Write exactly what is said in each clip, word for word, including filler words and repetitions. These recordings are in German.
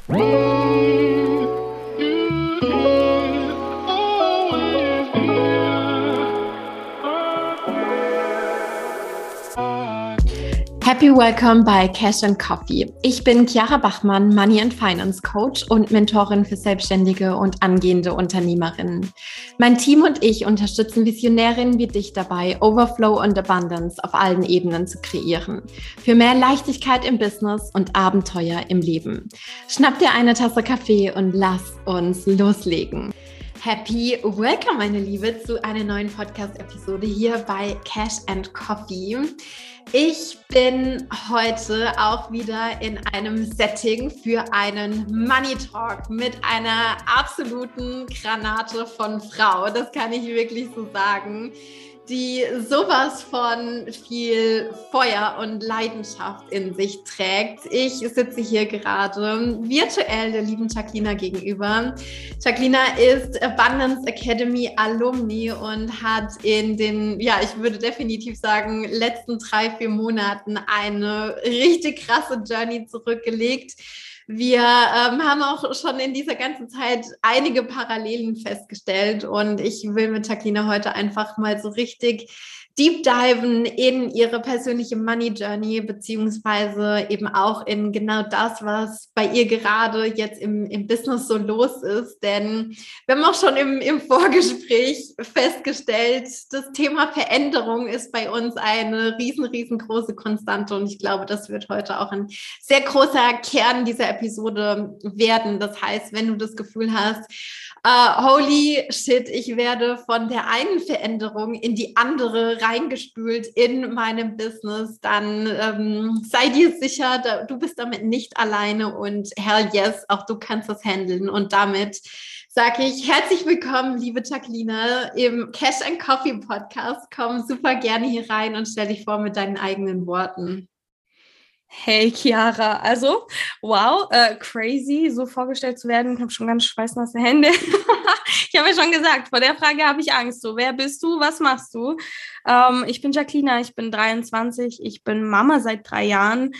Happy Welcome bei Cash and Coffee. Ich bin Chiara Bachmann, Money and Finance Coach und Mentorin für Selbstständige und angehende Unternehmerinnen. Mein Team und ich unterstützen Visionärinnen wie dich dabei, Overflow und Abundance auf allen Ebenen zu kreieren. Für mehr Leichtigkeit im Business und Abenteuer im Leben. Schnapp dir eine Tasse Kaffee und lass uns loslegen. Happy Welcome, meine Liebe, zu einer neuen Podcast-Episode hier bei Cash and Coffee. Ich bin heute auch wieder in einem Setting für einen Money Talk mit einer absoluten Granate von Frau. Das kann ich wirklich so sagen, die sowas von viel Feuer und Leidenschaft in sich trägt. Ich sitze hier gerade virtuell der lieben Jacqueline gegenüber. Jacqueline ist Abundance Academy Alumni und hat in den, ja, ich würde definitiv sagen, letzten drei, vier Monaten eine richtig krasse Journey zurückgelegt. Wir ähm, haben auch schon in dieser ganzen Zeit einige Parallelen festgestellt und ich will mit Jacqueline heute einfach mal so richtig deep diven in ihre persönliche Money Journey, beziehungsweise eben auch in genau das, was bei ihr gerade jetzt im, im Business so los ist. Denn wir haben auch schon im, im Vorgespräch festgestellt, das Thema Veränderung ist bei uns eine riesen, riesengroße Konstante und ich glaube, das wird heute auch ein sehr großer Kern dieser Episode werden. Das heißt, wenn du das Gefühl hast, Uh, holy shit, ich werde von der einen Veränderung in die andere reingespült in meinem Business, dann ähm, sei dir sicher, da, du bist damit nicht alleine und hell yes, auch du kannst das handeln. Und damit sage ich herzlich willkommen, liebe Jacqueline, im Cash and Coffee Podcast. Komm super gerne hier rein und stell dich vor mit deinen eigenen Worten. Hey Chiara, also wow, äh, crazy, so vorgestellt zu werden. Ich habe schon ganz schweißnasse Hände. Ich habe ja schon gesagt, vor der Frage habe ich Angst. So, wer bist du, was machst du? Ähm, ich bin Jacqueline, ich bin dreiundzwanzig, ich bin Mama seit drei Jahren.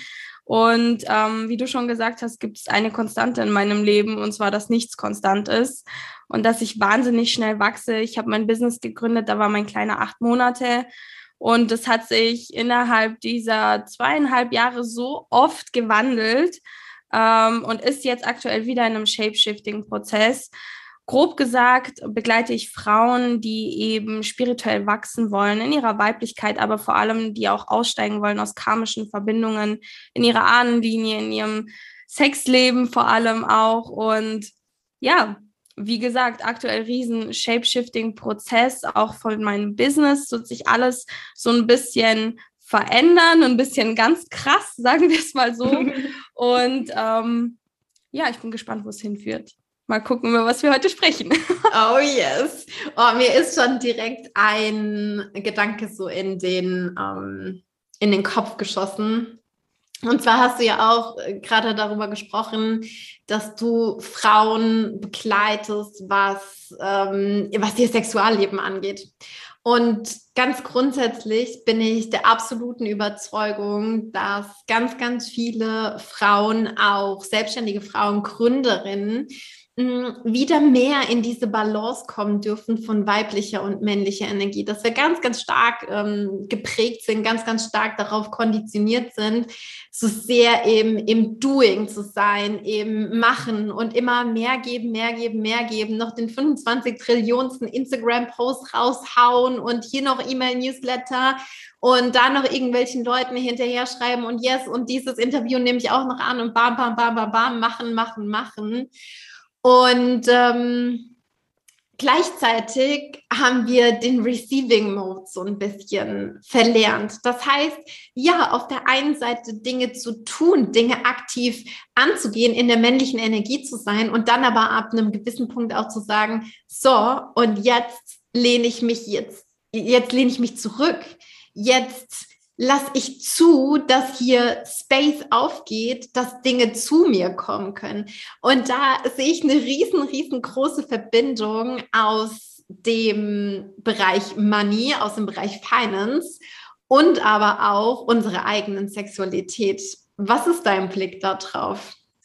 Und ähm, wie du schon gesagt hast, gibt es eine Konstante in meinem Leben, und zwar, dass nichts konstant ist und dass ich wahnsinnig schnell wachse. Ich habe mein Business gegründet, da war mein Kleiner acht Monate. Und es hat sich innerhalb dieser zweieinhalb Jahre so oft gewandelt ähm, und ist jetzt aktuell wieder in einem Shape-Shifting-Prozess. Grob gesagt begleite ich Frauen, die eben spirituell wachsen wollen, in ihrer Weiblichkeit, aber vor allem, die auch aussteigen wollen aus karmischen Verbindungen, in ihrer Ahnenlinie, in ihrem Sexleben vor allem auch. Und ja, wie gesagt, aktuell riesen Shape-Shifting-Prozess, auch von meinem Business, wird sich alles so ein bisschen verändern, ein bisschen ganz krass, sagen wir es mal so. Und ähm, ja, ich bin gespannt, wo es hinführt. Mal gucken, über was wir heute sprechen. Oh yes. Oh, mir ist schon direkt ein Gedanke so in den, ähm, in den Kopf geschossen. Und zwar hast du ja auch gerade darüber gesprochen, dass du Frauen begleitest, was, ähm, was ihr Sexualleben angeht. Und ganz grundsätzlich bin ich der absoluten Überzeugung, dass ganz, ganz viele Frauen, auch selbstständige Frauen, Gründerinnen, wieder mehr in diese Balance kommen dürfen von weiblicher und männlicher Energie, dass wir ganz, ganz stark ähm, geprägt sind, ganz, ganz stark darauf konditioniert sind, so sehr eben im Doing zu sein, eben machen und immer mehr geben, mehr geben, mehr geben, noch den fünfundzwanzig Trillionsten Instagram-Post raushauen und hier noch E-Mail-Newsletter und da noch irgendwelchen Leuten hinterher schreiben und yes, und dieses Interview nehme ich auch noch an und bam, bam, bam, bam, bam, machen, machen, machen. Und ähm, gleichzeitig haben wir den Receiving Mode so ein bisschen verlernt. Das heißt, ja, auf der einen Seite Dinge zu tun, Dinge aktiv anzugehen, in der männlichen Energie zu sein und dann aber ab einem gewissen Punkt auch zu sagen, so, und jetzt lehne ich mich jetzt, jetzt lehne ich mich zurück. Jetzt lasse ich zu, dass hier Space aufgeht, dass Dinge zu mir kommen können. Und da sehe ich eine riesen, riesengroße Verbindung aus dem Bereich Money, aus dem Bereich Finance und aber auch unsere eigenen Sexualität. Was ist dein Blick da drauf?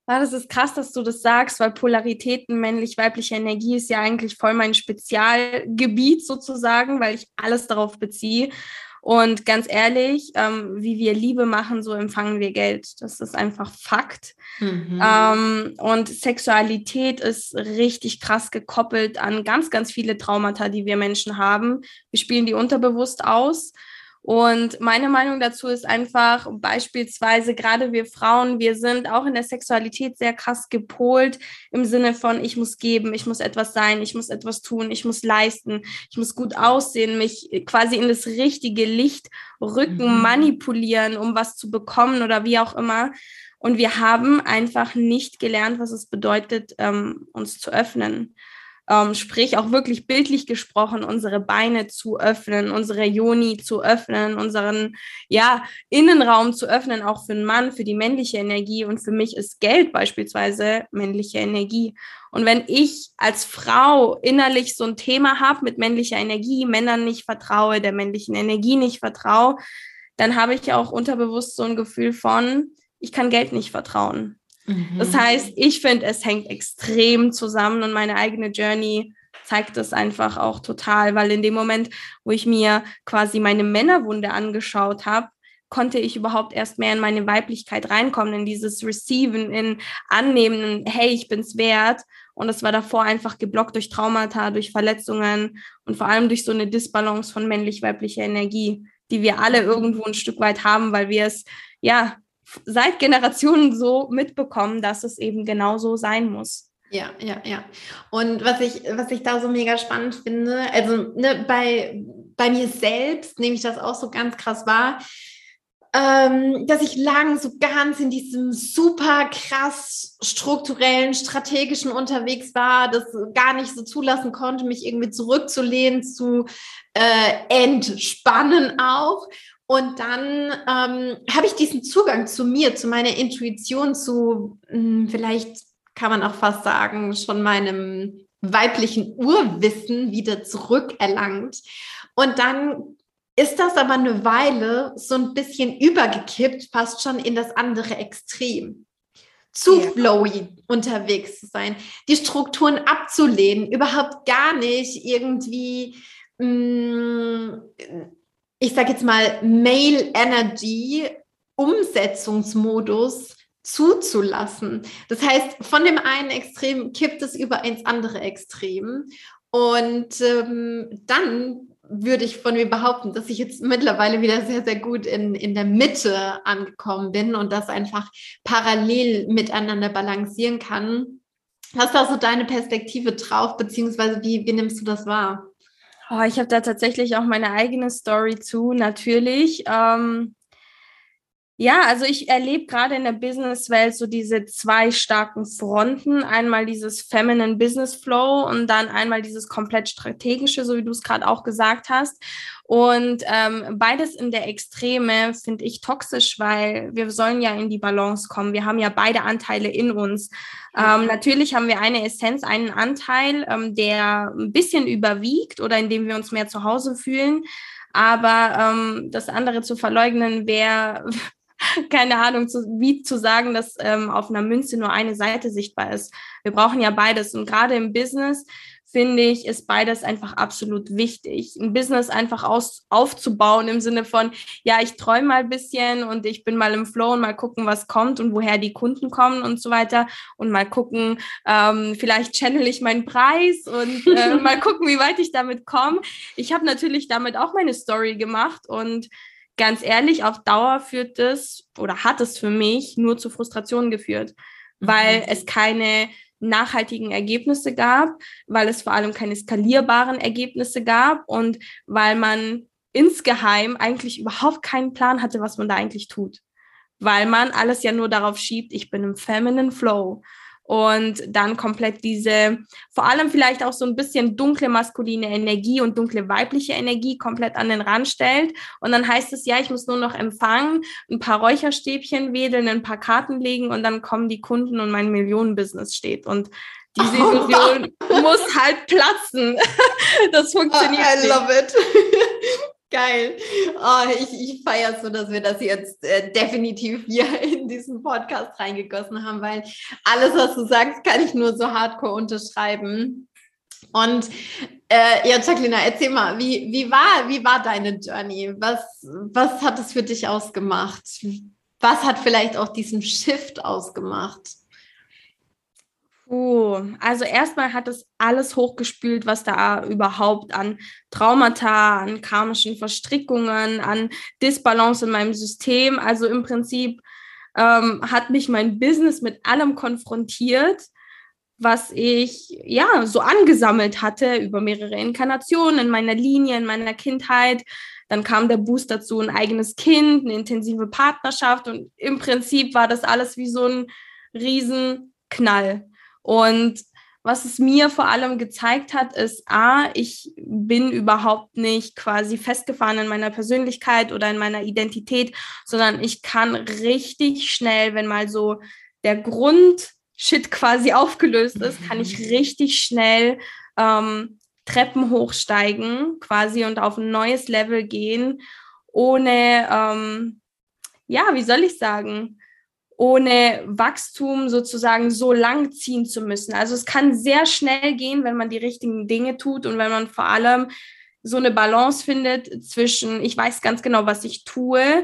Ja, das ist krass, dass du das sagst, weil Polaritäten, männlich-weibliche Energie ist ja eigentlich voll mein Spezialgebiet sozusagen, weil ich alles darauf beziehe. Und ganz ehrlich, ähm, wie wir Liebe machen, so empfangen wir Geld. Das ist einfach Fakt. Mhm. Ähm, und Sexualität ist richtig krass gekoppelt an ganz, ganz viele Traumata, die wir Menschen haben. Wir spielen die unterbewusst aus. Und meine Meinung dazu ist einfach beispielsweise, gerade wir Frauen, wir sind auch in der Sexualität sehr krass gepolt im Sinne von, ich muss geben, ich muss etwas sein, ich muss etwas tun, ich muss leisten, ich muss gut aussehen, mich quasi in das richtige Licht rücken, mhm. manipulieren, um was zu bekommen oder wie auch immer. Und wir haben einfach nicht gelernt, was es bedeutet, ähm, uns zu öffnen. Ähm, sprich auch wirklich bildlich gesprochen, unsere Beine zu öffnen, unsere Yoni zu öffnen, unseren ja, Innenraum zu öffnen, auch für einen Mann, für die männliche Energie. Und für mich ist Geld beispielsweise männliche Energie. Und wenn ich als Frau innerlich so ein Thema habe mit männlicher Energie, Männern nicht vertraue, der männlichen Energie nicht vertraue, dann habe ich auch unterbewusst so ein Gefühl von, ich kann Geld nicht vertrauen. Das heißt, ich finde, es hängt extrem zusammen und meine eigene Journey zeigt das einfach auch total, weil in dem Moment, wo ich mir quasi meine Männerwunde angeschaut habe, konnte ich überhaupt erst mehr in meine Weiblichkeit reinkommen, in dieses Receiven, in Annehmen, hey, ich bin's wert. Und das war davor einfach geblockt durch Traumata, durch Verletzungen und vor allem durch so eine Disbalance von männlich-weiblicher Energie, die wir alle irgendwo ein Stück weit haben, weil wir es, ja, seit Generationen so mitbekommen, dass es eben genau so sein muss. Ja, ja, ja. Und was ich, was ich da so mega spannend finde, also ne, bei, bei mir selbst nehme ich das auch so ganz krass wahr, ähm, dass ich lang so ganz in diesem super krass strukturellen, strategischen unterwegs war, das gar nicht so zulassen konnte, mich irgendwie zurückzulehnen, zu äh, entspannen auch. Und dann ähm, habe ich diesen Zugang zu mir, zu meiner Intuition, zu mh, vielleicht kann man auch fast sagen, schon meinem weiblichen Urwissen wieder zurückerlangt. Und dann ist das aber eine Weile so ein bisschen übergekippt, fast schon in das andere Extrem. Zu ja. flowy unterwegs zu sein, die Strukturen abzulehnen, überhaupt gar nicht irgendwie mh, ich sage jetzt mal, Male Energy Umsetzungsmodus zuzulassen. Das heißt, von dem einen Extrem kippt es über ins andere Extrem. Und ähm, dann würde ich von mir behaupten, dass ich jetzt mittlerweile wieder sehr, sehr gut in, in der Mitte angekommen bin und das einfach parallel miteinander balancieren kann. Was ist da so deine Perspektive drauf, beziehungsweise wie, wie nimmst du das wahr? Oh, ich habe da tatsächlich auch meine eigene Story zu, natürlich. Ähm, ja, also ich erlebe gerade in der Businesswelt so diese zwei starken Fronten. Einmal dieses Feminine Business Flow und dann einmal dieses komplett strategische, so wie du es gerade auch gesagt hast. Und ähm, beides in der Extreme finde ich toxisch, weil wir sollen ja in die Balance kommen. Wir haben ja beide Anteile in uns. Ähm, natürlich haben wir eine Essenz, einen Anteil, ähm, der ein bisschen überwiegt oder in dem wir uns mehr zu Hause fühlen. Aber ähm, das andere zu verleugnen wäre, keine Ahnung, zu, wie zu sagen, dass ähm, auf einer Münze nur eine Seite sichtbar ist. Wir brauchen ja beides. Und gerade im Business, finde ich, ist beides einfach absolut wichtig. Ein Business einfach aus, aufzubauen im Sinne von, ja, ich träume mal ein bisschen und ich bin mal im Flow und mal gucken, was kommt und woher die Kunden kommen und so weiter und mal gucken, ähm, vielleicht channel ich meinen Preis und äh, mal gucken, wie weit ich damit komme. Ich habe natürlich damit auch meine Story gemacht und ganz ehrlich, auf Dauer führt es oder hat es für mich nur zu Frustrationen geführt, weil mhm. es keine nachhaltigen Ergebnisse gab, weil es vor allem keine skalierbaren Ergebnisse gab und weil man insgeheim eigentlich überhaupt keinen Plan hatte, was man da eigentlich tut. Weil man alles ja nur darauf schiebt, ich bin im Feminine Flow. Und dann komplett diese, vor allem vielleicht auch so ein bisschen dunkle maskuline Energie und dunkle weibliche Energie komplett an den Rand stellt. Und dann heißt es, ja, ich muss nur noch empfangen, ein paar Räucherstäbchen wedeln, ein paar Karten legen und dann kommen die Kunden und mein Millionenbusiness steht. Und diese Illusion oh, muss halt platzen. Das funktioniert oh, I nicht. love it. Geil. Oh, ich ich feiere es so, dass wir das jetzt äh, definitiv hier in diesen Podcast reingegossen haben, weil alles, was du sagst, kann ich nur so hardcore unterschreiben. Und äh, ja, Jacqueline, erzähl mal, wie, wie, war, wie war deine Journey? Was, was hat es für dich ausgemacht? Was hat vielleicht auch diesen Shift ausgemacht? Puh, also erstmal hat es alles hochgespült, was da überhaupt an Traumata, an karmischen Verstrickungen, an Disbalance in meinem System, also im Prinzip ähm, hat mich mein Business mit allem konfrontiert, was ich ja so angesammelt hatte über mehrere Inkarnationen in meiner Linie, in meiner Kindheit. Dann kam der Boost dazu, ein eigenes Kind, eine intensive Partnerschaft und im Prinzip war das alles wie so ein Riesenknall. Und was es mir vor allem gezeigt hat, ist, A, ich bin überhaupt nicht quasi festgefahren in meiner Persönlichkeit oder in meiner Identität, sondern ich kann richtig schnell, wenn mal so der Grundshit quasi aufgelöst ist, kann ich richtig schnell ähm, Treppen hochsteigen quasi und auf ein neues Level gehen, ohne, ähm, ja, wie soll ich sagen, ohne Wachstum sozusagen so lang ziehen zu müssen. Also es kann sehr schnell gehen, wenn man die richtigen Dinge tut und wenn man vor allem so eine Balance findet zwischen, ich weiß ganz genau, was ich tue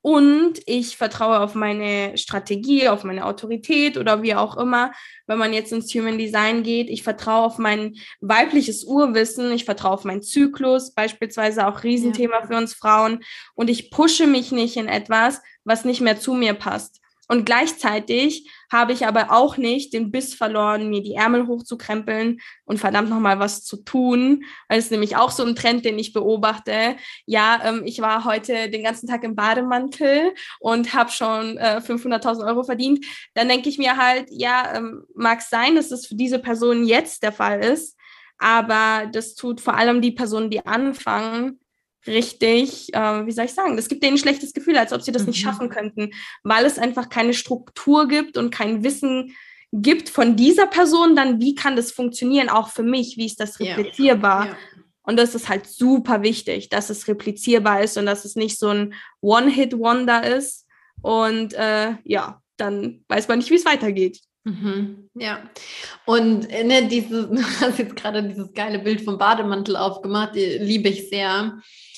und ich vertraue auf meine Strategie, auf meine Autorität oder wie auch immer. Wenn man jetzt ins Human Design geht, ich vertraue auf mein weibliches Urwissen, ich vertraue auf meinen Zyklus, beispielsweise auch Riesenthema ja. für uns Frauen und ich pushe mich nicht in etwas, was nicht mehr zu mir passt. Und gleichzeitig habe ich aber auch nicht den Biss verloren, mir die Ärmel hochzukrempeln und verdammt nochmal was zu tun. Weil es ist nämlich auch so ein Trend, den ich beobachte. Ja, ähm, ich war heute den ganzen Tag im Bademantel und habe schon äh, fünfhunderttausend Euro verdient. Dann denke ich mir halt, ja, ähm, mag sein, dass das für diese Person jetzt der Fall ist. Aber das tut vor allem die Personen, die anfangen, richtig, äh, wie soll ich sagen, das gibt denen ein schlechtes Gefühl, als ob sie das mhm. nicht schaffen könnten, weil es einfach keine Struktur gibt und kein Wissen gibt von dieser Person, dann wie kann das funktionieren, auch für mich, wie ist das replizierbar? Ja. Ja. Und das ist halt super wichtig, dass es replizierbar ist und dass es nicht so ein One-Hit-Wonder ist und äh, ja, dann weiß man nicht, wie es weitergeht. Mhm, ja, und ne, dieses, du hast jetzt gerade dieses geile Bild vom Bademantel aufgemacht, die liebe ich sehr.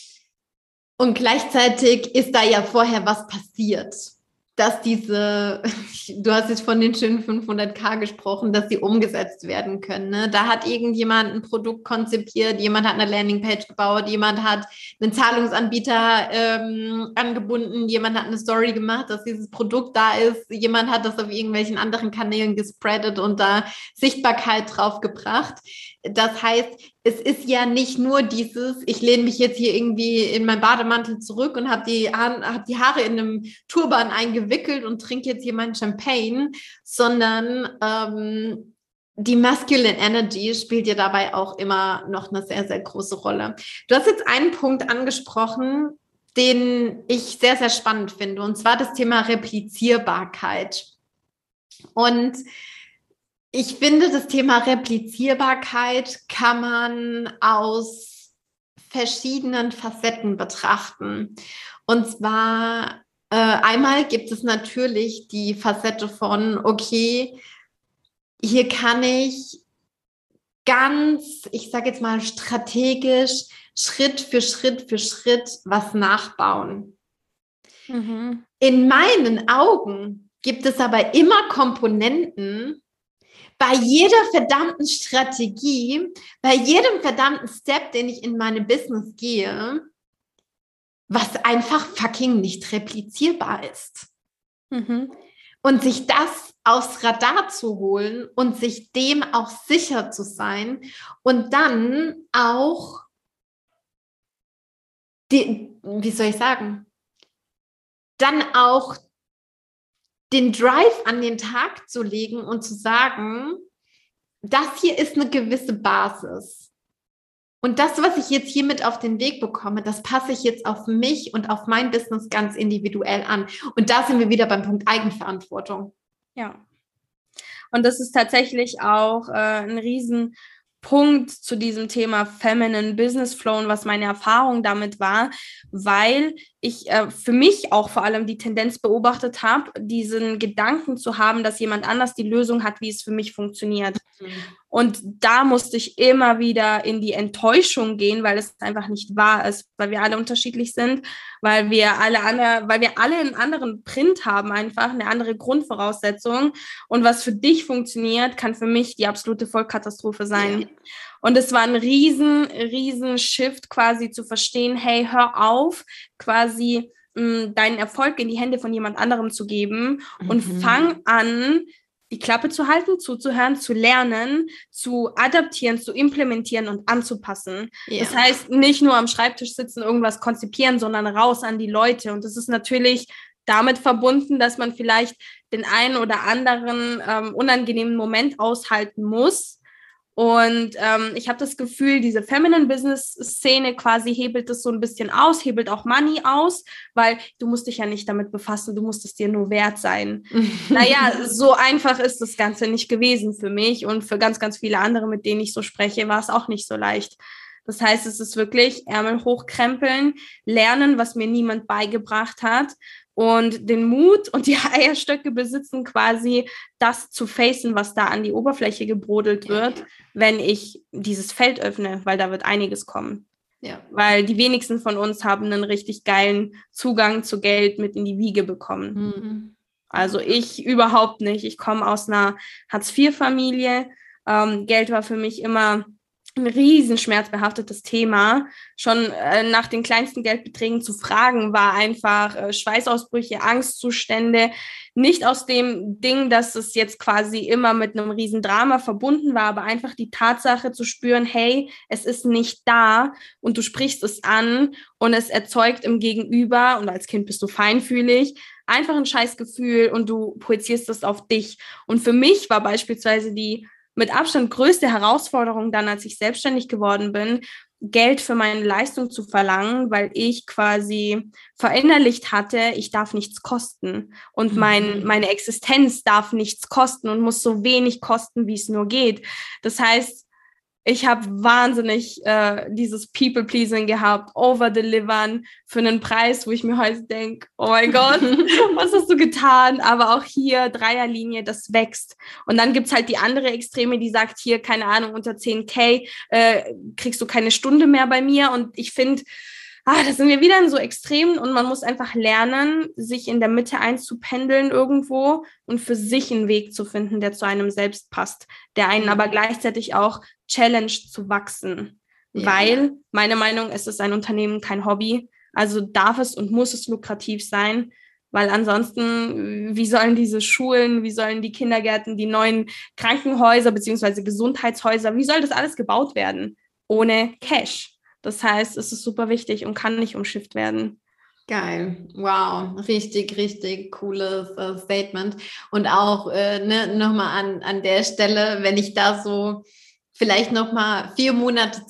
Und gleichzeitig ist da ja vorher was passiert, dass diese, du hast jetzt von den schönen fünfhunderttausend gesprochen, dass die umgesetzt werden können. Ne? Da hat irgendjemand ein Produkt konzipiert, jemand hat eine Landingpage gebaut, jemand hat einen Zahlungsanbieter ähm, angebunden, jemand hat eine Story gemacht, dass dieses Produkt da ist, jemand hat das auf irgendwelchen anderen Kanälen gespreadet und da Sichtbarkeit drauf gebracht. Das heißt, es ist ja nicht nur dieses, ich lehne mich jetzt hier irgendwie in meinen Bademantel zurück und habe die, hab die Haare in einem Turban eingewickelt und trinke jetzt hier meinen Champagne, sondern ähm, die Masculine Energy spielt ja dabei auch immer noch eine sehr, sehr große Rolle. Du hast jetzt einen Punkt angesprochen, den ich sehr, sehr spannend finde, und zwar das Thema Replizierbarkeit. Und ich finde, das Thema Replizierbarkeit kann man aus verschiedenen Facetten betrachten. Und zwar äh, einmal gibt es natürlich die Facette von, okay, hier kann ich ganz, ich sage jetzt mal strategisch, Schritt für Schritt für Schritt was nachbauen. Mhm. In meinen Augen gibt es aber immer Komponenten, bei jeder verdammten Strategie, bei jedem verdammten Step, den ich in meinem Business gehe, was einfach fucking nicht replizierbar ist. Mhm. Und sich das aufs Radar zu holen und sich dem auch sicher zu sein und dann auch, die, wie soll ich sagen, dann auch den Drive an den Tag zu legen und zu sagen, das hier ist eine gewisse Basis. Und das, was ich jetzt hier mit auf den Weg bekomme, das passe ich jetzt auf mich und auf mein Business ganz individuell an. Und da sind wir wieder beim Punkt Eigenverantwortung. Ja. Und das ist tatsächlich auch äh, ein riesen Punkt zu diesem Thema Feminine Business Flow und was meine Erfahrung damit war, weil ich äh, für mich auch vor allem die Tendenz beobachtet habe, diesen Gedanken zu haben, dass jemand anders die Lösung hat, wie es für mich funktioniert. Mhm. Und da musste ich immer wieder in die Enttäuschung gehen, weil es einfach nicht wahr ist, weil wir alle unterschiedlich sind, weil wir alle andere, weil wir alle einen anderen Print haben, einfach eine andere Grundvoraussetzung. Und was für dich funktioniert, kann für mich die absolute Vollkatastrophe sein. Ja. Und es war ein riesen, riesen Shift quasi zu verstehen, hey, hör auf, quasi mh, deinen Erfolg in die Hände von jemand anderem zu geben mhm. und fang an, die Klappe zu halten, zuzuhören, zu lernen, zu adaptieren, zu implementieren und anzupassen. Ja. Das heißt, nicht nur am Schreibtisch sitzen, irgendwas konzipieren, sondern raus an die Leute. Und das ist natürlich damit verbunden, dass man vielleicht den einen oder anderen ähm, unangenehmen Moment aushalten muss. Und ähm, ich habe das Gefühl, diese Feminine Business Szene quasi hebelt das so ein bisschen aus, hebelt auch Money aus, weil du musst dich ja nicht damit befassen, du musst es dir nur wert sein. Naja, so einfach ist das Ganze nicht gewesen für mich und für ganz, ganz viele andere, mit denen ich so spreche, war es auch nicht so leicht. Das heißt, es ist wirklich Ärmel hochkrempeln, lernen, was mir niemand beigebracht hat und den Mut und die Eierstöcke besitzen, quasi das zu facen, was da an die Oberfläche gebrodelt wird, ja. wenn ich dieses Feld öffne, weil da wird einiges kommen. Ja. Weil die wenigsten von uns haben einen richtig geilen Zugang zu Geld mit in die Wiege bekommen. Mhm. Also ich überhaupt nicht. Ich komme aus einer Hartz vier Familie. Ähm, Geld war für mich immer ein riesen schmerzbehaftetes Thema. Schon äh, nach den kleinsten Geldbeträgen zu fragen, war einfach äh, Schweißausbrüche, Angstzustände. Nicht aus dem Ding, dass es jetzt quasi immer mit einem riesen Drama verbunden war, aber einfach die Tatsache zu spüren, hey, es ist nicht da und du sprichst es an und es erzeugt im Gegenüber, und als Kind bist du feinfühlig, einfach ein Scheißgefühl und du projizierst es auf dich. Und für mich war beispielsweise die mit Abstand größte Herausforderung dann, als ich selbstständig geworden bin, Geld für meine Leistung zu verlangen, weil ich quasi verinnerlicht hatte, ich darf nichts kosten und mein, mhm. meine Existenz darf nichts kosten und muss so wenig kosten, wie es nur geht. Das heißt, ich habe wahnsinnig äh, dieses People-Pleasing gehabt, overdelivern für einen Preis, wo ich mir heute denke, oh mein Gott, was hast du getan? Aber auch hier Dreierlinie, das wächst. Und dann gibt's halt die andere Extreme, die sagt, hier, keine Ahnung, unter zehn K äh, kriegst du keine Stunde mehr bei mir. Und ich finde, ah, da sind wir wieder in so Extremen und man muss einfach lernen, sich in der Mitte einzupendeln irgendwo und für sich einen Weg zu finden, der zu einem selbst passt, der einen aber gleichzeitig auch challenge zu wachsen, ja. Weil, meine Meinung, es ist ein Unternehmen, kein Hobby, also darf es und muss es lukrativ sein, weil ansonsten, wie sollen diese Schulen, wie sollen die Kindergärten, die neuen Krankenhäuser beziehungsweise Gesundheitshäuser, wie soll das alles gebaut werden ohne Cash? Das heißt, es ist super wichtig und kann nicht umschifft werden. Geil, wow, richtig, richtig cooles äh, Statement. Und auch äh, ne, nochmal an, an der Stelle, wenn ich da so vielleicht nochmal vier Monate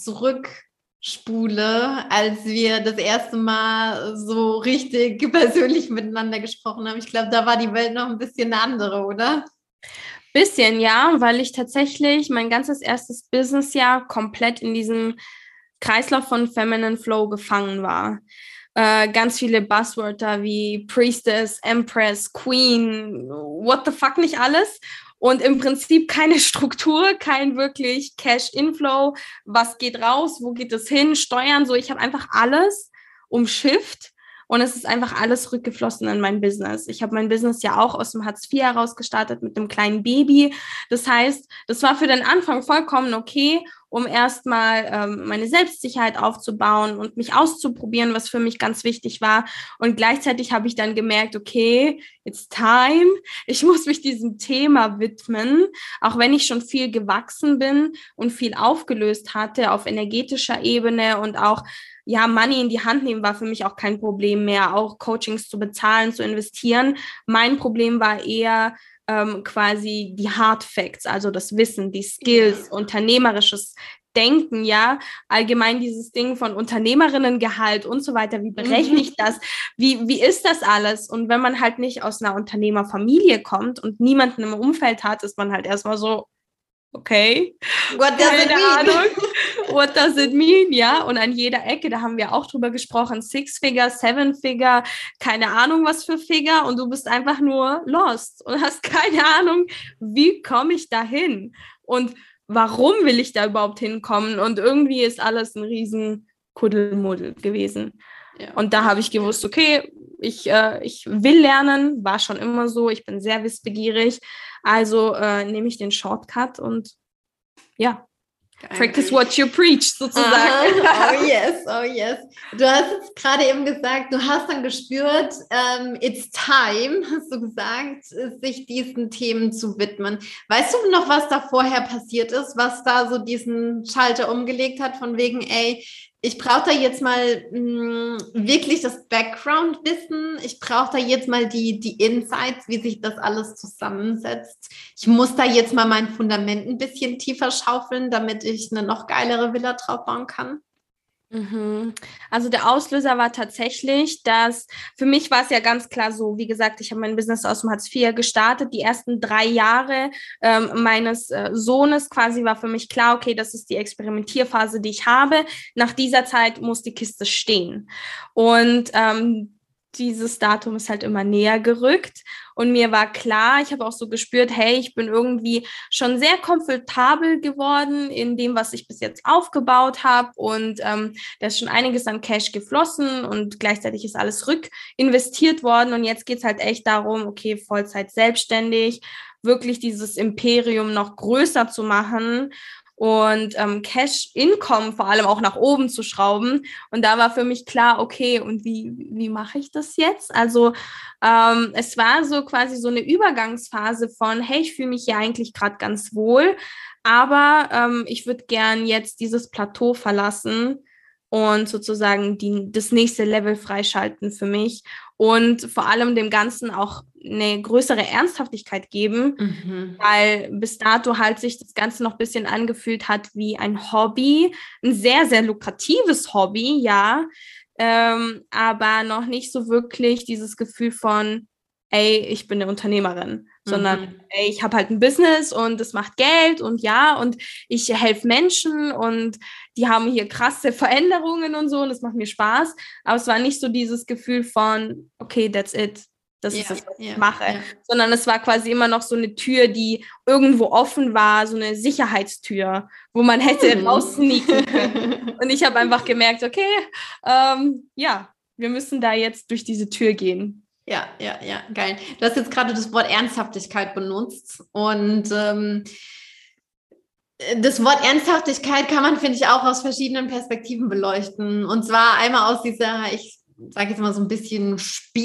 zurückspule, als wir das erste Mal so richtig persönlich miteinander gesprochen haben. Ich glaube, da war die Welt noch ein bisschen eine andere, oder? Bisschen, ja, weil ich tatsächlich mein ganzes erstes Businessjahr komplett in diesem Kreislauf von Feminine Flow gefangen war. Äh, ganz viele Buzzwörter wie Priestess, Empress, Queen, what the fuck nicht alles. Und im Prinzip keine Struktur, kein wirklich Cash-Inflow. Was geht raus? Wo geht es hin? Steuern, so. Ich habe einfach alles umschifft. Und es ist einfach alles rückgeflossen in mein Business. Ich habe mein Business ja auch aus dem Hartz vier heraus gestartet mit einem kleinen Baby. Das heißt, das war für den Anfang vollkommen okay, um erstmal ähm, meine Selbstsicherheit aufzubauen und mich auszuprobieren, was für mich ganz wichtig war. Und gleichzeitig habe ich dann gemerkt, okay, it's time. Ich muss mich diesem Thema widmen, auch wenn ich schon viel gewachsen bin und viel aufgelöst hatte auf energetischer Ebene und auch ja, Money in die Hand nehmen war für mich auch kein Problem mehr, auch Coachings zu bezahlen, zu investieren. Mein Problem war eher ähm, quasi die Hard Facts, also das Wissen, die Skills, ja. Unternehmerisches Denken, ja, allgemein dieses Ding von Unternehmerinnengehalt und so weiter, wie berechne ich das, wie, wie ist das alles? Und wenn man halt nicht aus einer Unternehmerfamilie kommt und niemanden im Umfeld hat, ist man halt erstmal so, okay, What does it keine mean? Ahnung, what does it mean, ja, und an jeder Ecke, da haben wir auch drüber gesprochen, Six-Figure, Seven-Figure, keine Ahnung was für Figure und du bist einfach nur lost und hast keine Ahnung, wie komme ich da hin und warum will ich da überhaupt hinkommen und irgendwie ist alles ein riesen Kuddelmuddel gewesen. Ja. Und da habe ich gewusst, okay, ich, äh, ich will lernen, war schon immer so, ich bin sehr wissbegierig, also äh, nehme ich den Shortcut und ja, Geil. Practice what you preach, sozusagen. Aha. Oh yes, oh yes. Du hast jetzt gerade eben gesagt, du hast dann gespürt, um, it's time, hast du gesagt, sich diesen Themen zu widmen. Weißt du noch, was da vorher passiert ist, was da so diesen Schalter umgelegt hat, von wegen, ey, ich brauche da jetzt mal mh, wirklich das Background-Wissen. Ich brauche da jetzt mal die, die Insights, wie sich das alles zusammensetzt. Ich muss da jetzt mal mein Fundament ein bisschen tiefer schaufeln, damit ich eine noch geilere Villa drauf bauen kann. Also der Auslöser war tatsächlich, dass für mich war es ja ganz klar so, wie gesagt, ich habe mein Business aus dem Hartz vier gestartet. Die ersten drei Jahre ähm, meines äh, Sohnes quasi war für mich klar, okay, das ist die Experimentierphase, die ich habe. Nach dieser Zeit muss die Kiste stehen. Und ähm, dieses Datum ist halt immer näher gerückt und mir war klar, ich habe auch so gespürt, hey, ich bin irgendwie schon sehr komfortabel geworden in dem, was ich bis jetzt aufgebaut habe und ähm, da ist schon einiges an Cash geflossen und gleichzeitig ist alles rückinvestiert worden und jetzt geht es halt echt darum, okay, Vollzeit selbstständig, wirklich dieses Imperium noch größer zu machen und ähm, Cash-Income vor allem auch nach oben zu schrauben. Und da war für mich klar, okay, und wie, wie mache ich das jetzt? Also ähm, es war so quasi so eine Übergangsphase von, hey, ich fühle mich hier eigentlich gerade ganz wohl, aber ähm, ich würde gern jetzt dieses Plateau verlassen und sozusagen die, das nächste Level freischalten für mich und vor allem dem Ganzen auch eine größere Ernsthaftigkeit geben, mhm. weil bis dato halt sich das Ganze noch ein bisschen angefühlt hat wie ein Hobby, ein sehr, sehr lukratives Hobby, ja, ähm, aber noch nicht so wirklich dieses Gefühl von, ey, ich bin eine Unternehmerin, sondern mhm. ey, ich habe halt ein Business und es macht Geld und ja, und ich helfe Menschen und die haben hier krasse Veränderungen und so und es macht mir Spaß, aber es war nicht so dieses Gefühl von, okay, that's it. Das yeah, ist das, was yeah, ich mache. Yeah. Sondern es war quasi immer noch so eine Tür, die irgendwo offen war, so eine Sicherheitstür, wo man hätte mm. raussneaken können. Und ich habe einfach gemerkt, okay, ähm, ja, wir müssen da jetzt durch diese Tür gehen. Ja, ja, ja, geil. Du hast jetzt gerade das Wort Ernsthaftigkeit benutzt und ähm, das Wort Ernsthaftigkeit kann man, finde ich, auch aus verschiedenen Perspektiven beleuchten. Und zwar einmal aus dieser, ich sage jetzt mal so ein bisschen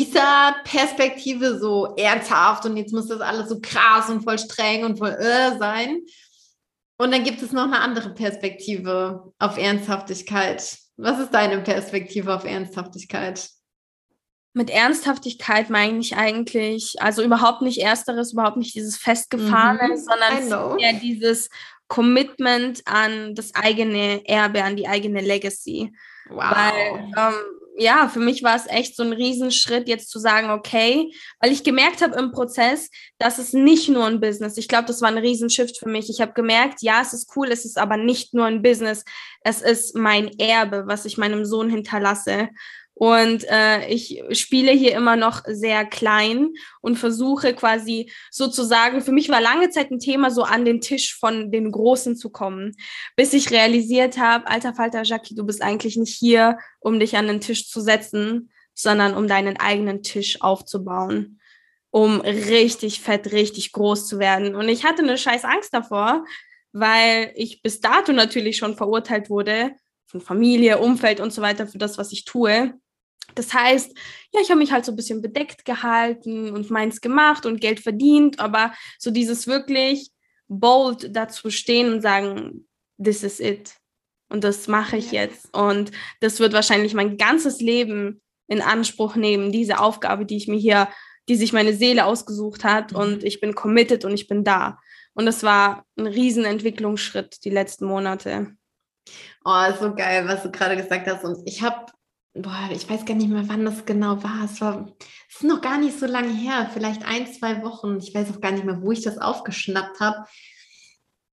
Spießer-Perspektive, so ernsthaft und jetzt muss das alles so krass und voll streng und voll äh sein. Und dann gibt es noch eine andere Perspektive auf Ernsthaftigkeit. Was ist deine Perspektive auf Ernsthaftigkeit? Mit Ernsthaftigkeit meine ich eigentlich, also überhaupt nicht Ersteres, überhaupt nicht dieses Festgefahrene, mm-hmm. sondern eher dieses Commitment an das eigene Erbe, an die eigene Legacy. Wow. Weil, ähm, ja, für mich war es echt so ein Riesenschritt, jetzt zu sagen, okay, weil ich gemerkt habe im Prozess, dass es nicht nur ein Business, ich glaube, das war ein Riesenshift für mich. Ich habe gemerkt, ja, es ist cool, es ist aber nicht nur ein Business, es ist mein Erbe, was ich meinem Sohn hinterlasse. Und äh, ich spiele hier immer noch sehr klein und versuche quasi sozusagen, für mich war lange Zeit ein Thema, so an den Tisch von den Großen zu kommen, bis ich realisiert habe, alter Falter Jackie, du bist eigentlich nicht hier, um dich an den Tisch zu setzen, sondern um deinen eigenen Tisch aufzubauen, um richtig fett, richtig groß zu werden. Und ich hatte eine scheiß Angst davor, weil ich bis dato natürlich schon verurteilt wurde von Familie, Umfeld und so weiter für das, was ich tue. Das heißt, ja, ich habe mich halt so ein bisschen bedeckt gehalten und meins gemacht und Geld verdient, aber so dieses wirklich bold dazu stehen und sagen, this is it. Und das mache ich ja. jetzt. Und das wird wahrscheinlich mein ganzes Leben in Anspruch nehmen, diese Aufgabe, die ich mir hier, die sich meine Seele ausgesucht hat. Mhm. Und ich bin committed und ich bin da. Und das war ein riesen Entwicklungsschritt die letzten Monate. Oh, so geil, was du gerade gesagt hast. Und ich habe Boah, ich weiß gar nicht mehr, wann das genau war. Es war, es ist noch gar nicht so lange her, vielleicht ein, zwei Wochen. Ich weiß auch gar nicht mehr, wo ich das aufgeschnappt habe.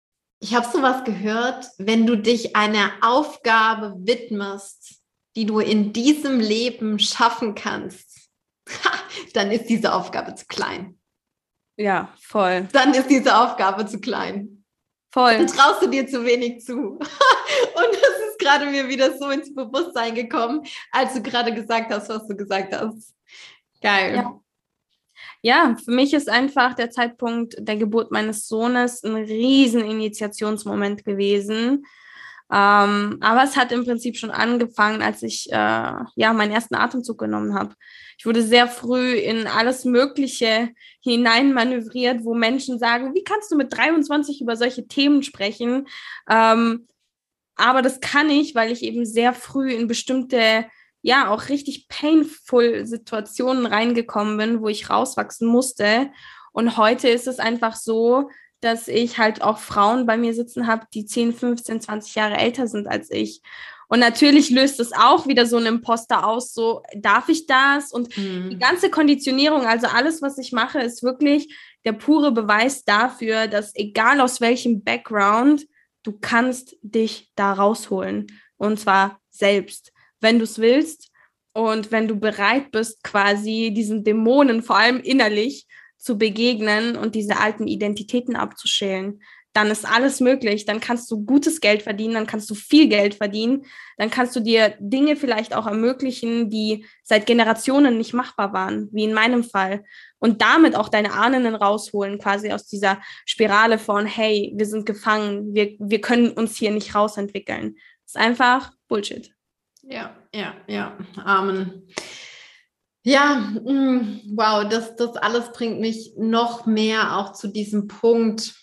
Ich habe sowas gehört, wenn du dich einer Aufgabe widmest, die du in diesem Leben schaffen kannst, dann ist diese Aufgabe zu klein. Ja, voll. Dann ist diese Aufgabe zu klein. Voll. Dann traust du dir zu wenig zu. Und das ist gerade mir wieder so ins Bewusstsein gekommen, als du gerade gesagt hast, was du gesagt hast. Geil. Ja. Ja, für mich ist einfach der Zeitpunkt der Geburt meines Sohnes ein riesen Initiationsmoment gewesen. Ähm, aber es hat im Prinzip schon angefangen, als ich äh, ja meinen ersten Atemzug genommen habe. Ich wurde sehr früh in alles Mögliche hineinmanövriert, wo Menschen sagen, wie kannst du mit dreiundzwanzig über solche Themen sprechen? Ähm, aber das kann ich, weil ich eben sehr früh in bestimmte, ja, auch richtig painful Situationen reingekommen bin, wo ich rauswachsen musste. Und heute ist es einfach so, dass ich halt auch Frauen bei mir sitzen habe, die zehn, fünfzehn, zwanzig Jahre älter sind als ich. Und natürlich löst es auch wieder so ein Imposter aus, so, darf ich das? Und mhm. die ganze Konditionierung, also alles, was ich mache, ist wirklich der pure Beweis dafür, dass egal aus welchem Background, du kannst dich da rausholen. Und zwar selbst, wenn du es willst und wenn du bereit bist, quasi diesen Dämonen, vor allem innerlich, zu begegnen und diese alten Identitäten abzuschälen, dann ist alles möglich. Dann kannst du gutes Geld verdienen, dann kannst du viel Geld verdienen, dann kannst du dir Dinge vielleicht auch ermöglichen, die seit Generationen nicht machbar waren, wie in meinem Fall. Und damit auch deine Ahnen rausholen, quasi aus dieser Spirale von, hey, wir sind gefangen, wir, wir können uns hier nicht rausentwickeln. Das ist einfach Bullshit. Ja, ja, ja. Amen. Ja, mh, wow, das, das alles bringt mich noch mehr auch zu diesem Punkt,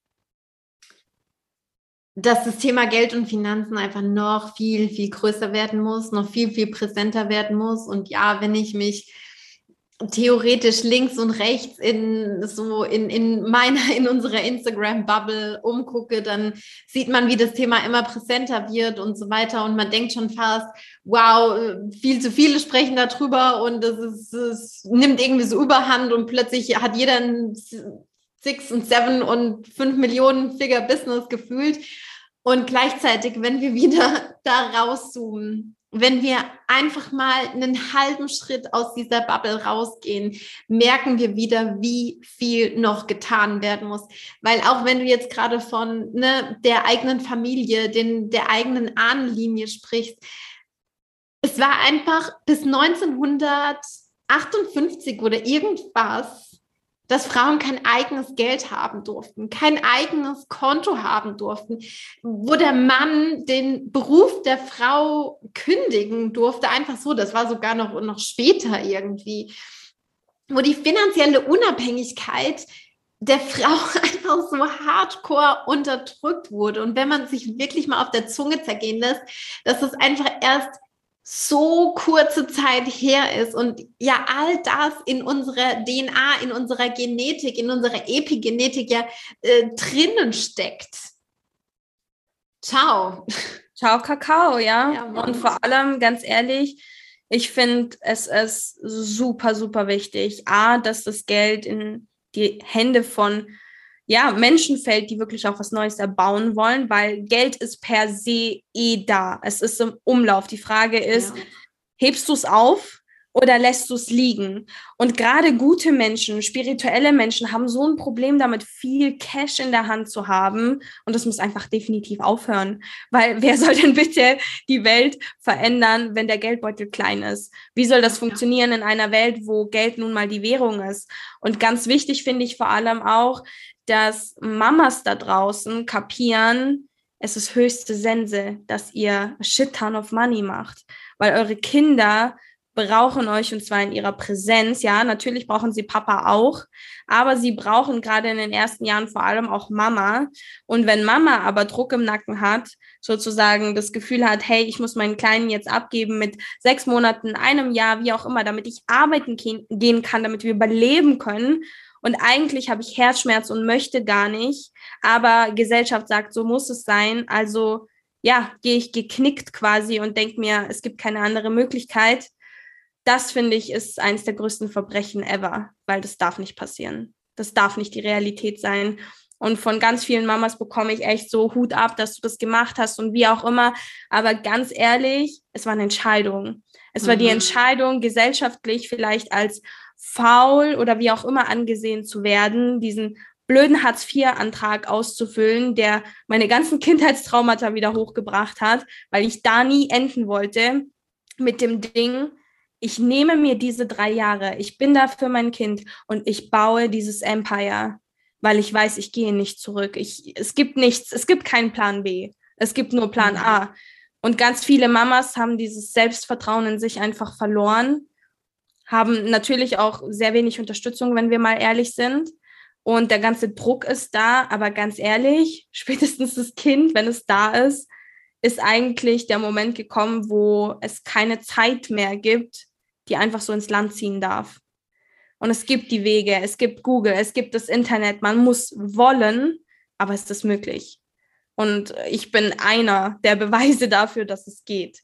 dass das Thema Geld und Finanzen einfach noch viel, viel größer werden muss, noch viel, viel präsenter werden muss. Und ja, wenn ich mich theoretisch links und rechts in so in, in meiner, in unserer Instagram-Bubble umgucke, dann sieht man, wie das Thema immer präsenter wird und so weiter. Und man denkt schon fast, wow, viel zu viele sprechen darüber und es, ist, es nimmt irgendwie so Überhand und plötzlich hat jeder ein Six und Seven und fünf Millionen Figure Business gefühlt. Und gleichzeitig, wenn wir wieder da rauszoomen, wenn wir einfach mal einen halben Schritt aus dieser Bubble rausgehen, merken wir wieder, wie viel noch getan werden muss. Weil auch wenn du jetzt gerade von ne, der eigenen Familie, den, der eigenen Ahnenlinie sprichst, es war einfach bis neunzehnhundertachtundfünfzig oder irgendwas, dass Frauen kein eigenes Geld haben durften, kein eigenes Konto haben durften, wo der Mann den Beruf der Frau kündigen durfte, einfach so, das war sogar noch, noch später irgendwie, wo die finanzielle Unabhängigkeit der Frau einfach so hardcore unterdrückt wurde. Und wenn man sich wirklich mal auf der Zunge zergehen lässt, dass es einfach erst so kurze Zeit her ist und ja, all das in unserer D N A, in unserer Genetik, in unserer Epigenetik ja äh, drinnen steckt. Ciao. Ciao, Kakao, ja. ja und vor allem, ganz ehrlich, ich finde, es ist super, super wichtig, A, dass das Geld in die Hände von ja, Menschen fällt, die wirklich auch was Neues erbauen wollen, weil Geld ist per se eh da. Es ist im Umlauf. Die Frage ist, ja. hebst du es auf oder lässt du es liegen? Und gerade gute Menschen, spirituelle Menschen haben so ein Problem damit, viel Cash in der Hand zu haben. Und das muss einfach definitiv aufhören. Weil wer soll denn bitte die Welt verändern, wenn der Geldbeutel klein ist? Wie soll das funktionieren in einer Welt, wo Geld nun mal die Währung ist? Und ganz wichtig finde ich vor allem auch, dass Mamas da draußen kapieren, es ist höchste Sense, dass ihr a shit ton of money macht, weil eure Kinder brauchen euch und zwar in ihrer Präsenz. Ja, natürlich brauchen sie Papa auch, aber sie brauchen gerade in den ersten Jahren vor allem auch Mama. Und wenn Mama aber Druck im Nacken hat, sozusagen das Gefühl hat, hey, ich muss meinen Kleinen jetzt abgeben mit sechs Monaten, einem Jahr, wie auch immer, damit ich arbeiten gehen kann, damit wir überleben können. Und eigentlich habe ich Herzschmerz und möchte gar nicht, aber Gesellschaft sagt, so muss es sein. Also ja, gehe ich geknickt quasi und denke mir, es gibt keine andere Möglichkeit. Das, finde ich, ist eines der größten Verbrechen ever, weil das darf nicht passieren. Das darf nicht die Realität sein. Und von ganz vielen Mamas bekomme ich echt so Hut ab, dass du das gemacht hast und wie auch immer. Aber ganz ehrlich, es war eine Entscheidung. Es war mhm. die Entscheidung, gesellschaftlich vielleicht als faul oder wie auch immer angesehen zu werden, diesen blöden Hartz vier Antrag auszufüllen, der meine ganzen Kindheitstraumata wieder hochgebracht hat, weil ich da nie enden wollte mit dem Ding, ich nehme mir diese drei Jahre, ich bin da für mein Kind und ich baue dieses Empire, weil ich weiß, ich gehe nicht zurück. Ich, es gibt nichts, es gibt keinen Plan B, es gibt nur Plan mhm. A. Und ganz viele Mamas haben dieses Selbstvertrauen in sich einfach verloren, haben natürlich auch sehr wenig Unterstützung, wenn wir mal ehrlich sind. Und der ganze Druck ist da, aber ganz ehrlich, spätestens das Kind, wenn es da ist, ist eigentlich der Moment gekommen, wo es keine Zeit mehr gibt, die einfach so ins Land ziehen darf. Und es gibt die Wege, es gibt Google, es gibt das Internet, man muss wollen, aber es ist möglich. Und ich bin einer der Beweise dafür, dass es geht.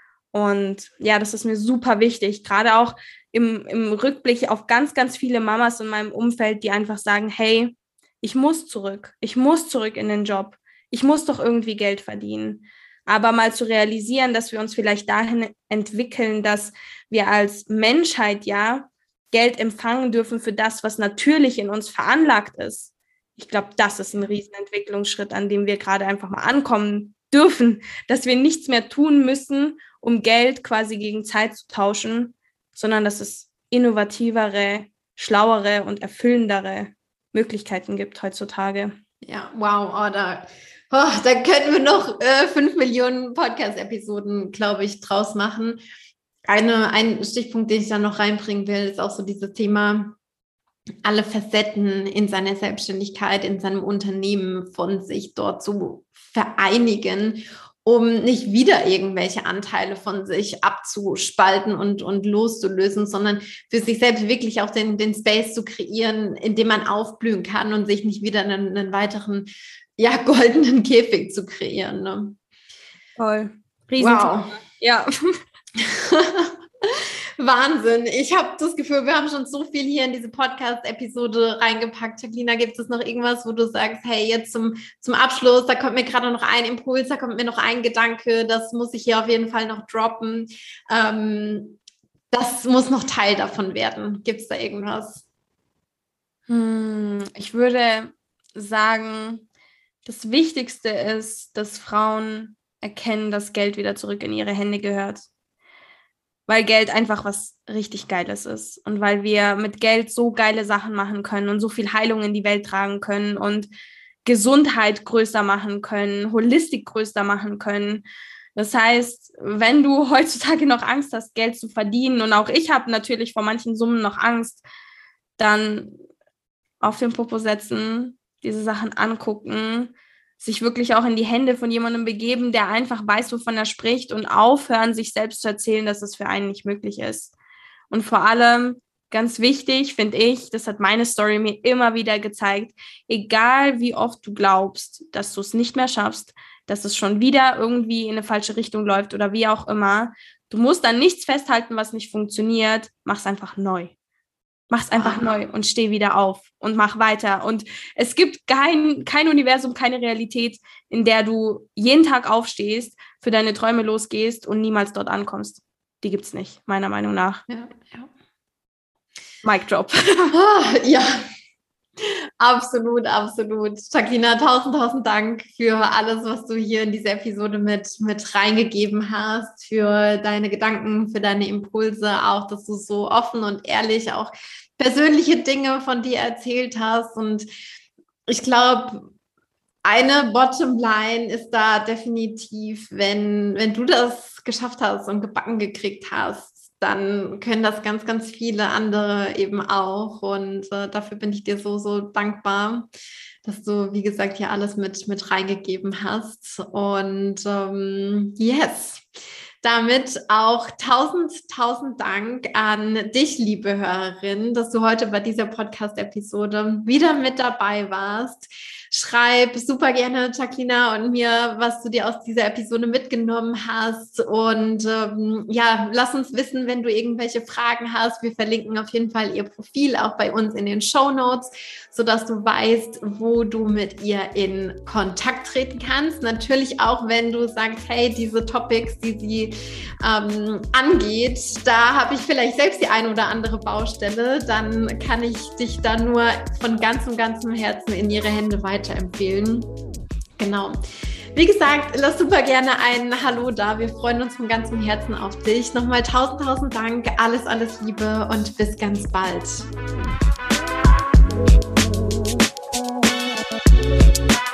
Und ja, das ist mir super wichtig, gerade auch im, im Rückblick auf ganz, ganz viele Mamas in meinem Umfeld, die einfach sagen, hey, ich muss zurück, ich muss zurück in den Job, ich muss doch irgendwie Geld verdienen. Aber mal zu realisieren, dass wir uns vielleicht dahin entwickeln, dass wir als Menschheit ja Geld empfangen dürfen für das, was natürlich in uns veranlagt ist. Ich glaube, das ist ein Riesenentwicklungsschritt, an dem wir gerade einfach mal ankommen dürfen, dass wir nichts mehr tun müssen, um Geld quasi gegen Zeit zu tauschen, sondern dass es innovativere, schlauere und erfüllendere Möglichkeiten gibt heutzutage. Ja, wow, oh, da, oh, da könnten wir noch äh, fünf Millionen Podcast-Episoden, glaube ich, draus machen. Eine, ein Stichpunkt, den ich da noch reinbringen will, ist auch so dieses Thema, alle Facetten in seiner Selbstständigkeit, in seinem Unternehmen von sich dort zu vereinigen, um nicht wieder irgendwelche Anteile von sich abzuspalten und, und loszulösen, sondern für sich selbst wirklich auch den, den Space zu kreieren, in dem man aufblühen kann und sich nicht wieder einen, einen weiteren, ja, goldenen Käfig zu kreieren. Ne? Toll. Riesenthema. Wow. Ja. Wahnsinn. Ich habe das Gefühl, wir haben schon so viel hier in diese Podcast-Episode reingepackt. Jacqueline, gibt es noch irgendwas, wo du sagst, hey, jetzt zum, zum Abschluss, da kommt mir gerade noch ein Impuls, da kommt mir noch ein Gedanke, das muss ich hier auf jeden Fall noch droppen. Ähm, das muss noch Teil davon werden. Gibt es da irgendwas? Hm, ich würde sagen, das Wichtigste ist, dass Frauen erkennen, dass Geld wieder zurück in ihre Hände gehört. Weil Geld einfach was richtig Geiles ist und weil wir mit Geld so geile Sachen machen können und so viel Heilung in die Welt tragen können und Gesundheit größer machen können, Holistik größer machen können. Das heißt, wenn du heutzutage noch Angst hast, Geld zu verdienen, und auch ich habe natürlich vor manchen Summen noch Angst, dann auf den Popo setzen, diese Sachen angucken, sich wirklich auch in die Hände von jemandem begeben, der einfach weiß, wovon er spricht, und aufhören, sich selbst zu erzählen, dass es für einen nicht möglich ist. Und vor allem, ganz wichtig, finde ich, das hat meine Story mir immer wieder gezeigt, egal wie oft du glaubst, dass du es nicht mehr schaffst, dass es schon wieder irgendwie in eine falsche Richtung läuft oder wie auch immer, du musst an nichts festhalten, was nicht funktioniert, mach's einfach neu. Mach's einfach ah. neu und steh wieder auf und mach weiter. Und es gibt kein, kein Universum, keine Realität, in der du jeden Tag aufstehst, für deine Träume losgehst und niemals dort ankommst. Die gibt's nicht, meiner Meinung nach. Ja, ja. Mic drop. Oh, ja, absolut, absolut. Jacqueline, tausend, tausend Dank für alles, was du hier in diese Episode mit, mit reingegeben hast, für deine Gedanken, für deine Impulse, auch, dass du so offen und ehrlich auch persönliche Dinge von dir erzählt hast. Und ich glaube, eine Bottomline ist da definitiv, wenn, wenn du das geschafft hast und gebacken gekriegt hast, dann können das ganz, ganz viele andere eben auch. Und äh, dafür bin ich dir so, so dankbar, dass du, wie gesagt, hier alles mit, mit reingegeben hast. Und ähm, yes, Damit auch tausend, tausend Dank an dich, liebe Hörerin, dass du heute bei dieser Podcast-Episode wieder mit dabei warst. Schreib super gerne Jacqueline und mir, was du dir aus dieser Episode mitgenommen hast. Und ähm, ja, lass uns wissen, wenn du irgendwelche Fragen hast. Wir verlinken auf jeden Fall ihr Profil auch bei uns in den Shownotes, sodass du weißt, wo du mit ihr in Kontakt treten kannst. Natürlich auch, wenn du sagst, hey, diese Topics, die sie ähm, angeht, da habe ich vielleicht selbst die eine oder andere Baustelle, dann kann ich dich da nur von ganzem, ganzem Herzen in ihre Hände weiterempfehlen. Genau. Wie gesagt, lass super gerne ein Hallo da. Wir freuen uns von ganzem Herzen auf dich. Nochmal tausend, tausend Dank. Alles, alles Liebe und bis ganz bald.